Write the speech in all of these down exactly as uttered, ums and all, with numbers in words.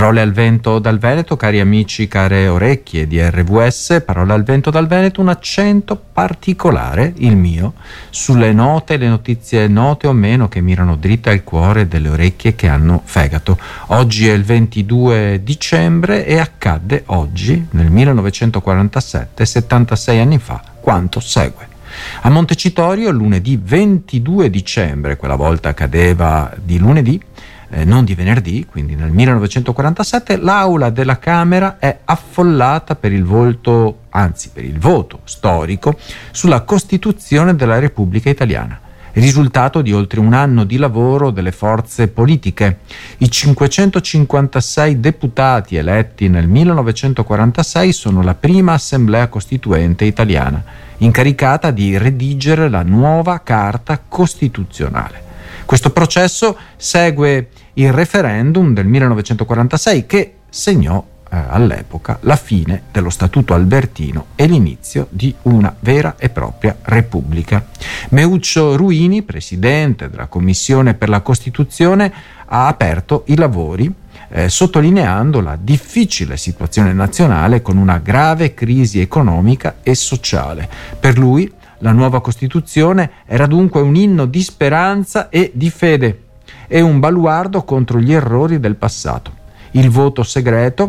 Parole al vento dal Veneto, cari amici, care orecchie di R V S, parole al vento dal Veneto, un accento particolare, il mio, sulle note, le notizie note o meno che mirano dritte al cuore delle orecchie che hanno fegato. Oggi è il ventidue dicembre e accadde oggi, nel millenovecentoquarantasette, settantasei anni fa, quanto segue. A Montecitorio, lunedì ventidue dicembre, quella volta cadeva di lunedì, Eh, non di venerdì, quindi nel millenovecentoquarantasette, l'aula della Camera è affollata per il voto, anzi per il voto storico sulla Costituzione della Repubblica Italiana, risultato di oltre un anno di lavoro delle forze politiche. I cinquecentocinquantasei deputati eletti nel millenovecentoquarantasei sono la prima assemblea costituente italiana, incaricata di redigere la nuova Carta Costituzionale. Questo processo segue il referendum del millenovecentoquarantasei che segnò eh, all'epoca la fine dello Statuto Albertino e l'inizio di una vera e propria Repubblica. Meuccio Ruini, presidente della Commissione per la Costituzione, ha aperto i lavori eh, sottolineando la difficile situazione nazionale con una grave crisi economica e sociale. Per lui la nuova Costituzione era dunque un inno di speranza e di fede e un baluardo contro gli errori del passato. Il voto segreto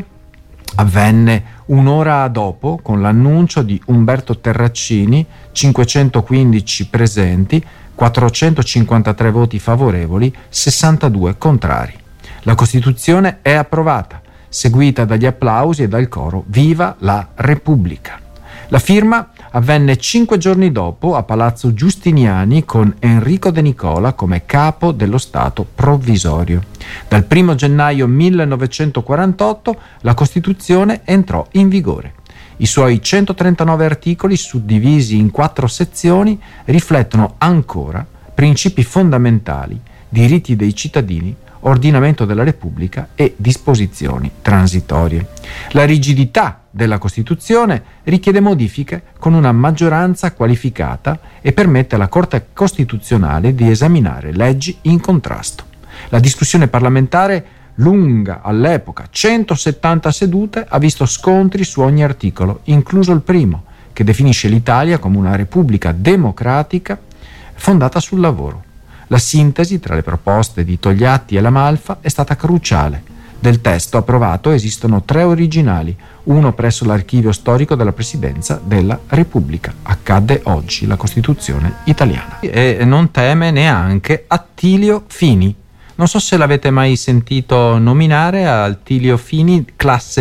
avvenne un'ora dopo con l'annuncio di Umberto Terracini, cinquecentoquindici presenti, quattrocentocinquantatré voti favorevoli, sessantadue contrari. La Costituzione è approvata, seguita dagli applausi e dal coro «Viva la Repubblica». La firma avvenne cinque giorni dopo a Palazzo Giustiniani con Enrico De Nicola come capo dello Stato provvisorio. Dal primo gennaio millenovecentoquarantotto la Costituzione entrò in vigore. I suoi centotrentanove articoli, suddivisi in quattro sezioni, riflettono ancora principi fondamentali, diritti dei cittadini, ordinamento della Repubblica e disposizioni transitorie. La rigidità della Costituzione richiede modifiche con una maggioranza qualificata e permette alla Corte Costituzionale di esaminare leggi in contrasto. La discussione parlamentare, lunga all'epoca centosettanta sedute, ha visto scontri su ogni articolo, incluso il primo, che definisce l'Italia come una repubblica democratica fondata sul lavoro. La sintesi tra le proposte di Togliatti e La Malfa è stata cruciale. Del testo approvato esistono tre originali, uno presso l'archivio storico della Presidenza della Repubblica. Accadde oggi la Costituzione italiana. E non teme neanche Attilio Fini. Non so se l'avete mai sentito nominare, Attilio Fini, classe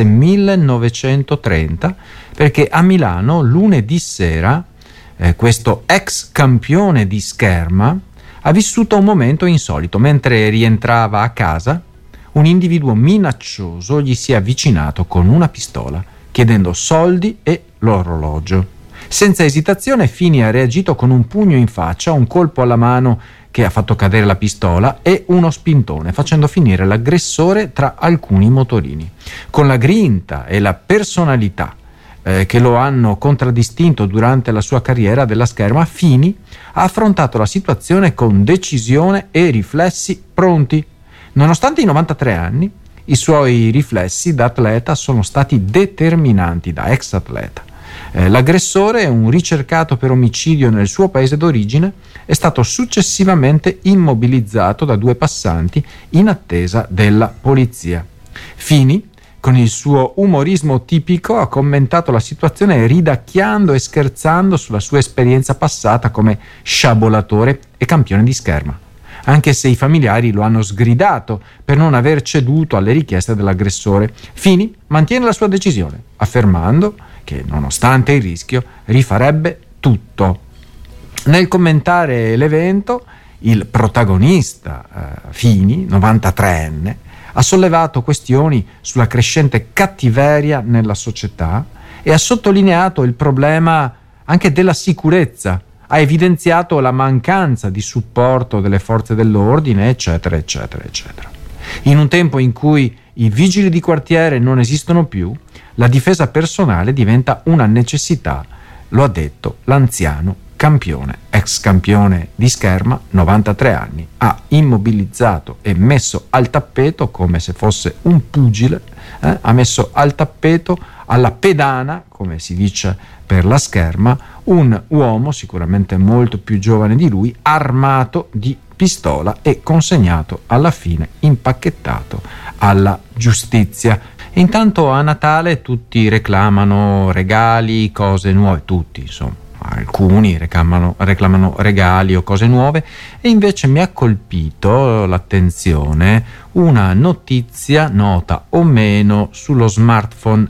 millenovecentotrenta, perché a Milano lunedì sera eh, questo ex campione di scherma ha vissuto un momento insolito. Mentre rientrava a casa, un individuo minaccioso gli si è avvicinato con una pistola, chiedendo soldi e l'orologio. Senza esitazione Fini ha reagito con un pugno in faccia, un colpo alla mano che ha fatto cadere la pistola e uno spintone, facendo finire l'aggressore tra alcuni motorini. Con la grinta e la personalità eh, che lo hanno contraddistinto durante la sua carriera della scherma, Fini ha affrontato la situazione con decisione e riflessi pronti. Nonostante i novantatré anni, i suoi riflessi da atleta sono stati determinanti, da ex atleta. Eh, l'aggressore, un ricercato per omicidio nel suo paese d'origine, è stato successivamente immobilizzato da due passanti in attesa della polizia. Fini, con il suo umorismo tipico, ha commentato la situazione ridacchiando e scherzando sulla sua esperienza passata come sciabolatore e campione di scherma, anche se i familiari lo hanno sgridato per non aver ceduto alle richieste dell'aggressore. Fini mantiene la sua decisione, affermando che, nonostante il rischio, rifarebbe tutto. Nel commentare l'evento, il protagonista eh, Fini, novantatreenne, ha sollevato questioni sulla crescente cattiveria nella società e ha sottolineato il problema anche della sicurezza. Ha evidenziato la mancanza di supporto delle forze dell'ordine, eccetera, eccetera, eccetera. In un tempo in cui i vigili di quartiere non esistono più, la difesa personale diventa una necessità, lo ha detto l'anziano campione, ex campione di scherma, novantatré anni, ha immobilizzato e messo al tappeto, come se fosse un pugile, eh, ha messo al tappeto, alla pedana, come si dice per la scherma, un uomo sicuramente molto più giovane di lui, armato di pistola e consegnato alla fine impacchettato alla giustizia. Intanto a Natale tutti reclamano regali, cose nuove, tutti insomma. Alcuni reclamano, reclamano regali o cose nuove, e invece mi ha colpito l'attenzione una notizia nota o meno sullo smartphone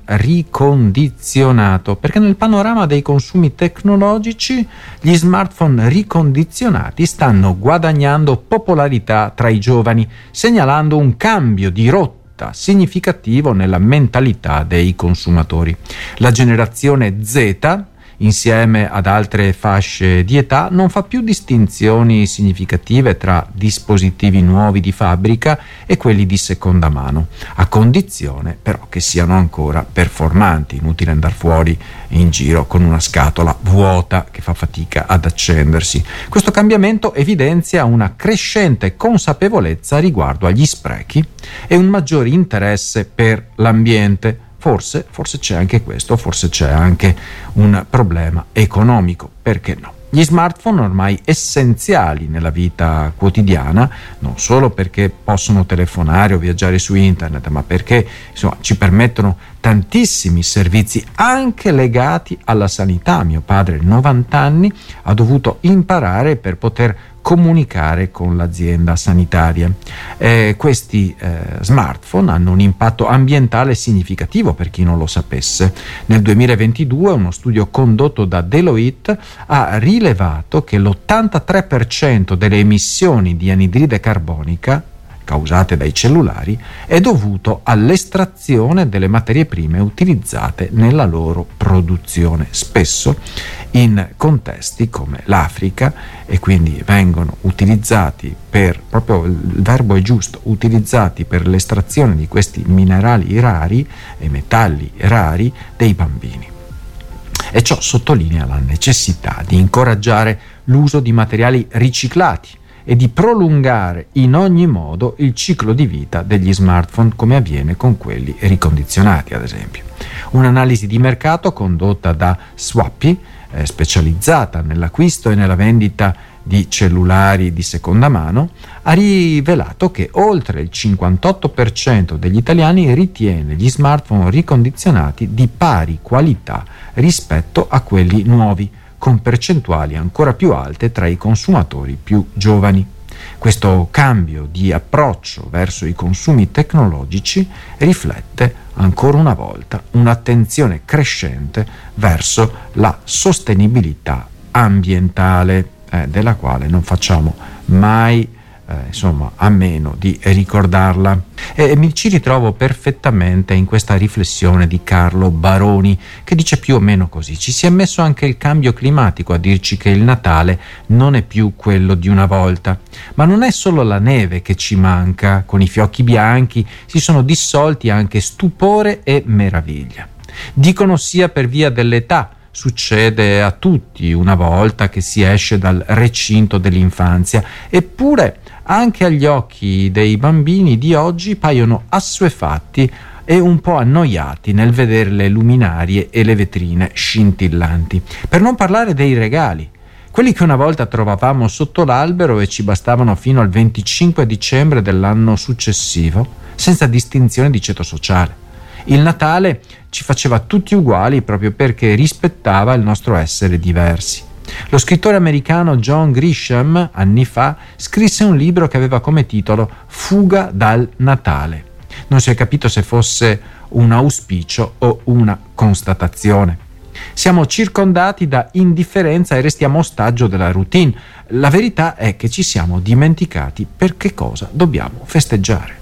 ricondizionato, perché nel panorama dei consumi tecnologici gli smartphone ricondizionati stanno guadagnando popolarità tra i giovani, segnalando un cambio di rotta significativo nella mentalità dei consumatori. La generazione Z, insieme ad altre fasce di età, non fa più distinzioni significative tra dispositivi nuovi di fabbrica e quelli di seconda mano, a condizione però che siano ancora performanti. Inutile andare fuori in giro con una scatola vuota che fa fatica ad accendersi. Questo cambiamento evidenzia una crescente consapevolezza riguardo agli sprechi e un maggiore interesse per l'ambiente. Forse, forse c'è anche questo, forse c'è anche un problema economico, perché no? Gli smartphone ormai essenziali nella vita quotidiana, non solo perché possono telefonare o viaggiare su internet, ma perché insomma ci permettono tantissimi servizi anche legati alla sanità. Mio padre, novanta anni, ha dovuto imparare per poter comunicare con l'azienda sanitaria. Eh, questi eh, smartphone hanno un impatto ambientale significativo, per chi non lo sapesse. Nel duemilaventidue uno studio condotto da Deloitte ha rilevato che l'ottantatré per cento delle emissioni di anidride carbonica causate dai cellulari è dovuto all'estrazione delle materie prime utilizzate nella loro produzione, spesso in contesti come l'Africa, e quindi vengono utilizzati per, proprio il verbo è giusto, utilizzati per l'estrazione di questi minerali rari e metalli rari dei bambini. E ciò sottolinea la necessità di incoraggiare l'uso di materiali riciclati e di prolungare in ogni modo il ciclo di vita degli smartphone, come avviene con quelli ricondizionati, ad esempio. Un'analisi di mercato condotta da Swappy, eh, specializzata nell'acquisto e nella vendita di cellulari di seconda mano, ha rivelato che oltre il cinquantotto per cento degli italiani ritiene gli smartphone ricondizionati di pari qualità rispetto a quelli nuovi, con percentuali ancora più alte tra i consumatori più giovani. Questo cambio di approccio verso i consumi tecnologici riflette ancora una volta un'attenzione crescente verso la sostenibilità ambientale, eh, della quale non facciamo mai Eh, insomma a meno di ricordarla, e, e mi ci ritrovo perfettamente in questa riflessione di Carlo Baroni, che dice più o meno così: ci si è messo anche il cambio climatico a dirci che il Natale non è più quello di una volta, ma non è solo la neve che ci manca, con i fiocchi bianchi si sono dissolti anche stupore e meraviglia. Dicono sia per via dell'età, succede a tutti una volta che si esce dal recinto dell'infanzia, eppure anche agli occhi dei bambini di oggi paiono assuefatti e un po' annoiati nel vedere le luminarie e le vetrine scintillanti. Per non parlare dei regali, quelli che una volta trovavamo sotto l'albero e ci bastavano fino al venticinque dicembre dell'anno successivo, senza distinzione di ceto sociale. Il Natale ci faceva tutti uguali proprio perché rispettava il nostro essere diversi. Lo scrittore americano John Grisham, anni fa, scrisse un libro che aveva come titolo Fuga dal Natale. Non si è capito se fosse un auspicio o una constatazione. Siamo circondati da indifferenza e restiamo ostaggio della routine. La verità è che ci siamo dimenticati per che cosa dobbiamo festeggiare.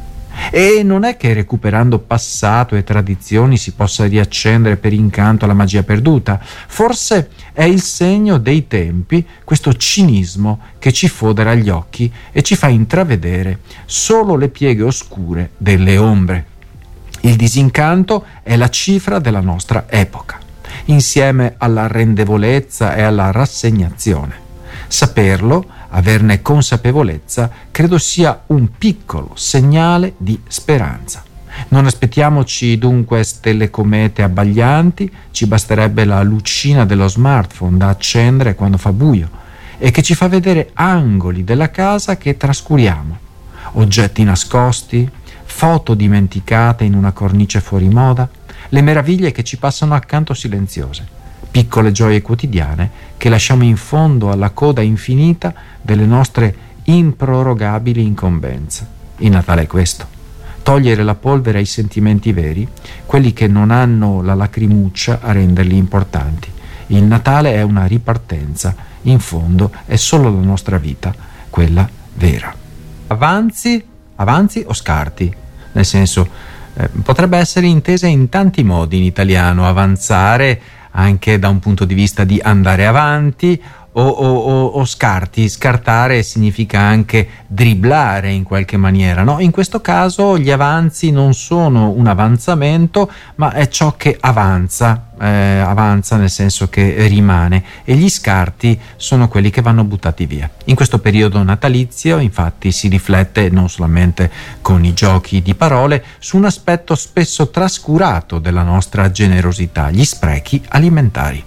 E non è che recuperando passato e tradizioni si possa riaccendere per incanto la magia perduta. Forse è il segno dei tempi questo cinismo che ci fodera gli occhi e ci fa intravedere solo le pieghe oscure delle ombre. Il disincanto è la cifra della nostra epoca. insieme all'arrendevolezza e alla rassegnazione. Saperlo, averne consapevolezza, credo sia un piccolo segnale di speranza. Non aspettiamoci dunque stelle comete abbaglianti, ci basterebbe la lucina dello smartphone da accendere quando fa buio e che ci fa vedere angoli della casa che trascuriamo, oggetti nascosti, foto dimenticate in una cornice fuori moda, le meraviglie che ci passano accanto silenziose, piccole gioie quotidiane che lasciamo in fondo alla coda infinita delle nostre improrogabili incombenze. Il Natale è questo. Togliere la polvere ai sentimenti veri, quelli che non hanno la lacrimuccia a renderli importanti. Il Natale è una ripartenza, in fondo è solo la nostra vita, quella vera. Avanzi, avanzi o scarti? Nel senso, eh, potrebbe essere intesa in tanti modi in italiano, avanzare anche da un punto di vista di andare avanti, O, o, o scarti. Scartare significa anche dribblare in qualche maniera, no? In questo caso gli avanzi non sono un avanzamento, ma è ciò che avanza, eh, avanza nel senso che rimane, e gli scarti sono quelli che vanno buttati via. In questo periodo natalizio, infatti, si riflette non solamente con i giochi di parole su un aspetto spesso trascurato della nostra generosità, gli sprechi alimentari.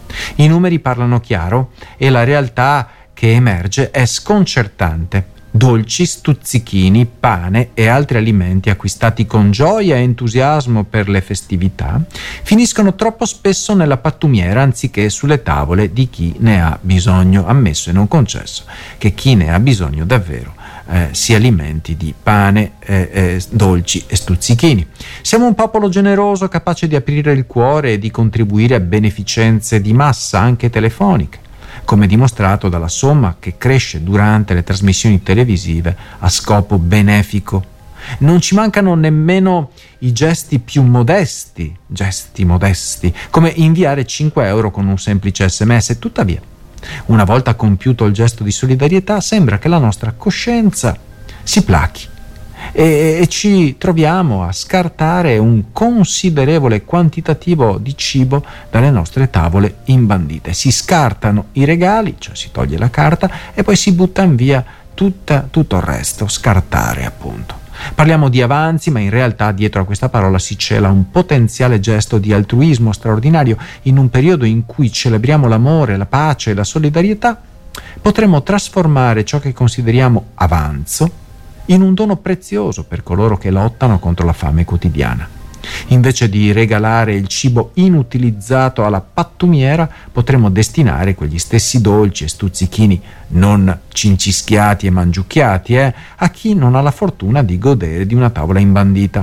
I numeri parlano chiaro e la realtà che emerge è sconcertante. Dolci, stuzzichini, pane e altri alimenti acquistati con gioia e entusiasmo per le festività finiscono troppo spesso nella pattumiera anziché sulle tavole di chi ne ha bisogno, ammesso e non concesso che chi ne ha bisogno davvero Eh, si alimenti di pane, eh, eh, dolci e stuzzichini. Siamo un popolo generoso, capace di aprire il cuore e di contribuire a beneficenze di massa, anche telefoniche, come dimostrato dalla somma che cresce durante le trasmissioni televisive a scopo benefico. Non ci mancano nemmeno i gesti più modesti, gesti modesti, come inviare cinque euro con un semplice sms. Tuttavia, una volta compiuto il gesto di solidarietà, sembra che la nostra coscienza si plachi e, e ci troviamo a scartare un considerevole quantitativo di cibo dalle nostre tavole imbandite. Si scartano i regali, cioè si toglie la carta, e poi si buttano via tutta, tutto il resto, scartare appunto. Parliamo di avanzi, ma in realtà dietro a questa parola si cela un potenziale gesto di altruismo straordinario. In un periodo in cui celebriamo l'amore, la pace e la solidarietà, potremmo trasformare ciò che consideriamo avanzo in un dono prezioso per coloro che lottano contro la fame quotidiana. Invece di regalare il cibo inutilizzato alla pattumiera, potremmo destinare quegli stessi dolci e stuzzichini non cincischiati e mangiucchiati eh, a chi non ha la fortuna di godere di una tavola imbandita.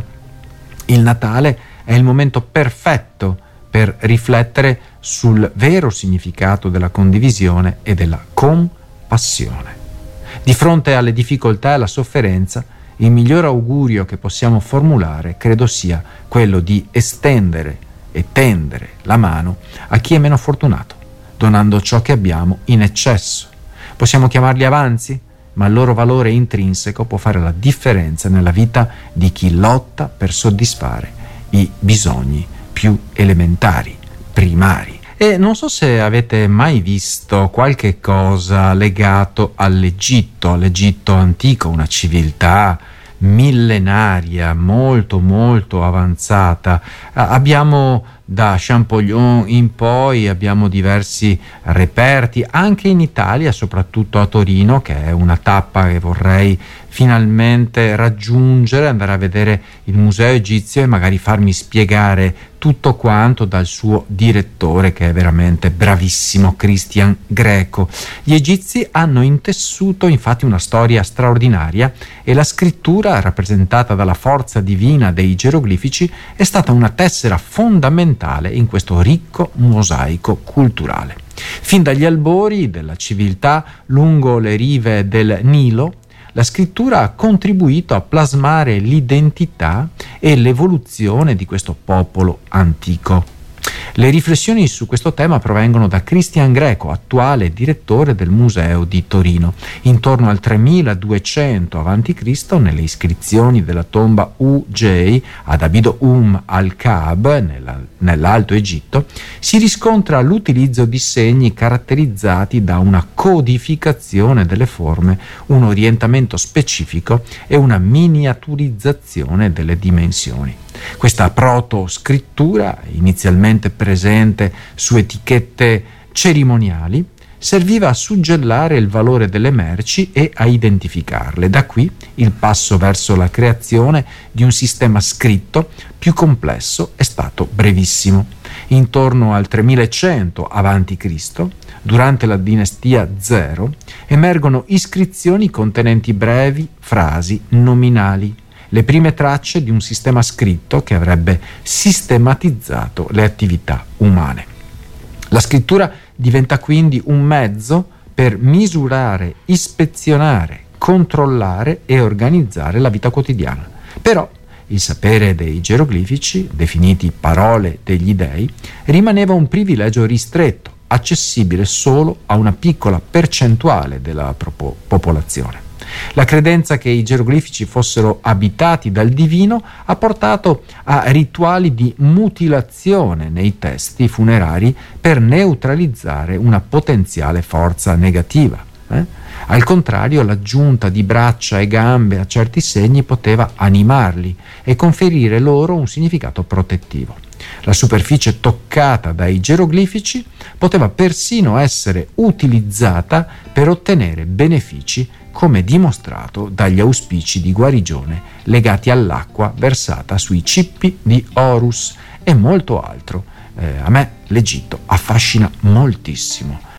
Il Natale è il momento perfetto per riflettere sul vero significato della condivisione e della compassione. Di fronte alle difficoltà e alla sofferenza, il miglior augurio che possiamo formulare credo sia quello di estendere e tendere la mano a chi è meno fortunato, donando ciò che abbiamo in eccesso. Possiamo chiamarli avanzi, ma il loro valore intrinseco può fare la differenza nella vita di chi lotta per soddisfare i bisogni più elementari, primari. E non so se avete mai visto qualche cosa legato all'Egitto, all'Egitto antico, una civiltà millenaria, molto molto avanzata. Abbiamo da Champollion in poi, abbiamo diversi reperti, anche in Italia, soprattutto a Torino, che è una tappa che vorrei finalmente raggiungere, andare a vedere il museo egizio e magari farmi spiegare tutto quanto dal suo direttore, che è veramente bravissimo, Christian Greco. Gli egizi hanno intessuto infatti una storia straordinaria e la scrittura, rappresentata dalla forza divina dei geroglifici, è stata una tessera fondamentale in questo ricco mosaico culturale. Fin dagli albori della civiltà lungo le rive del Nilo, la scrittura ha contribuito a plasmare l'identità e l'evoluzione di questo popolo antico. Le riflessioni su questo tema provengono da Cristian Greco, attuale direttore del Museo di Torino. Intorno al tremiladuecento avanti Cristo, nelle iscrizioni della tomba U J ad Abido Um al-Ka'b, nella, nell'Alto Egitto, si riscontra l'utilizzo di segni caratterizzati da una codificazione delle forme, un orientamento specifico e una miniaturizzazione delle dimensioni. Questa protoscrittura, inizialmente presente su etichette cerimoniali, serviva a suggellare il valore delle merci e a identificarle. Da qui il passo verso la creazione di un sistema scritto più complesso è stato brevissimo. Intorno al tremilacento avanti Cristo, durante la dinastia Zero, emergono iscrizioni contenenti brevi frasi nominali, le prime tracce di un sistema scritto che avrebbe sistematizzato le attività umane. La scrittura diventa quindi un mezzo per misurare, ispezionare, controllare e organizzare la vita quotidiana. Però il sapere dei geroglifici, definiti parole degli dei, rimaneva un privilegio ristretto, accessibile solo a una piccola percentuale della propo- popolazione. La credenza che i geroglifici fossero abitati dal divino ha portato a rituali di mutilazione nei testi funerari per neutralizzare una potenziale forza negativa. Eh? Al contrario, l'aggiunta di braccia e gambe a certi segni poteva animarli e conferire loro un significato protettivo. La superficie toccata dai geroglifici poteva persino essere utilizzata per ottenere benefici, come dimostrato dagli auspici di guarigione legati all'acqua versata sui cippi di Horus e molto altro. Eh, a me l'Egitto affascina moltissimo.